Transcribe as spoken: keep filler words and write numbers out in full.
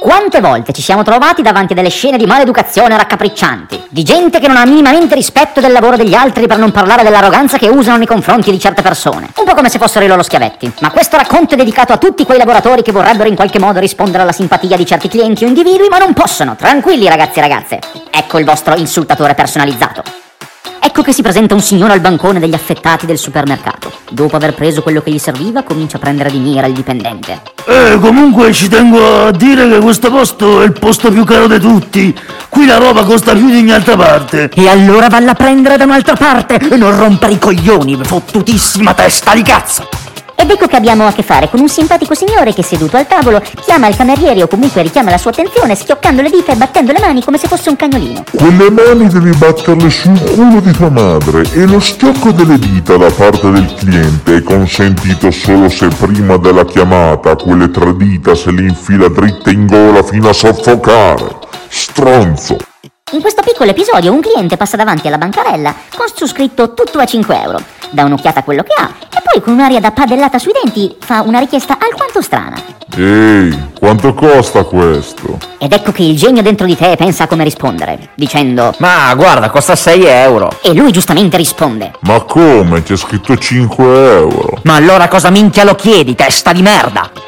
quante volte ci siamo trovati davanti a delle scene di maleducazione raccapriccianti, di gente che non ha minimamente rispetto del lavoro degli altri, per non parlare dell'arroganza che usano nei confronti di certe persone, un po' come se fossero i loro schiavetti. Ma questo racconto è dedicato a tutti quei lavoratori che vorrebbero in qualche modo rispondere alla simpatia di certi clienti o individui, ma non possono. Tranquilli ragazzi e ragazze, ecco il vostro insultatore personalizzato. Ecco che si presenta un signore al bancone degli affettati del supermercato. Dopo aver preso quello che gli serviva, comincia a prendere di mira il dipendente. Eh, comunque ci tengo a dire che questo posto è il posto più caro di tutti. Qui la roba costa più di ogni altra parte. E allora valla a prendere da un'altra parte e non rompere i coglioni, fottutissima testa di cazzo! Ed ecco che abbiamo a che fare con un simpatico signore che, seduto al tavolo, chiama il cameriere o comunque richiama la sua attenzione schioccando le dita e battendo le mani come se fosse un cagnolino. Quelle mani devi batterle sul culo di tua madre e lo schiocco delle dita da parte del cliente è consentito solo se prima della chiamata quelle tre dita se le infila dritte in gola fino a soffocare. Stronzo! In questo piccolo episodio un cliente passa davanti alla bancarella con su scritto tutto a cinque euro, dà un'occhiata a quello che ha e poi con un'aria da padellata sui denti fa una richiesta alquanto strana. Ehi, quanto costa questo? Ed ecco che il genio dentro di te pensa a come rispondere, dicendo: Ma guarda, costa sei euro. E lui giustamente risponde: Ma come? C'è scritto cinque euro. Ma allora cosa minchia lo chiedi, testa di merda?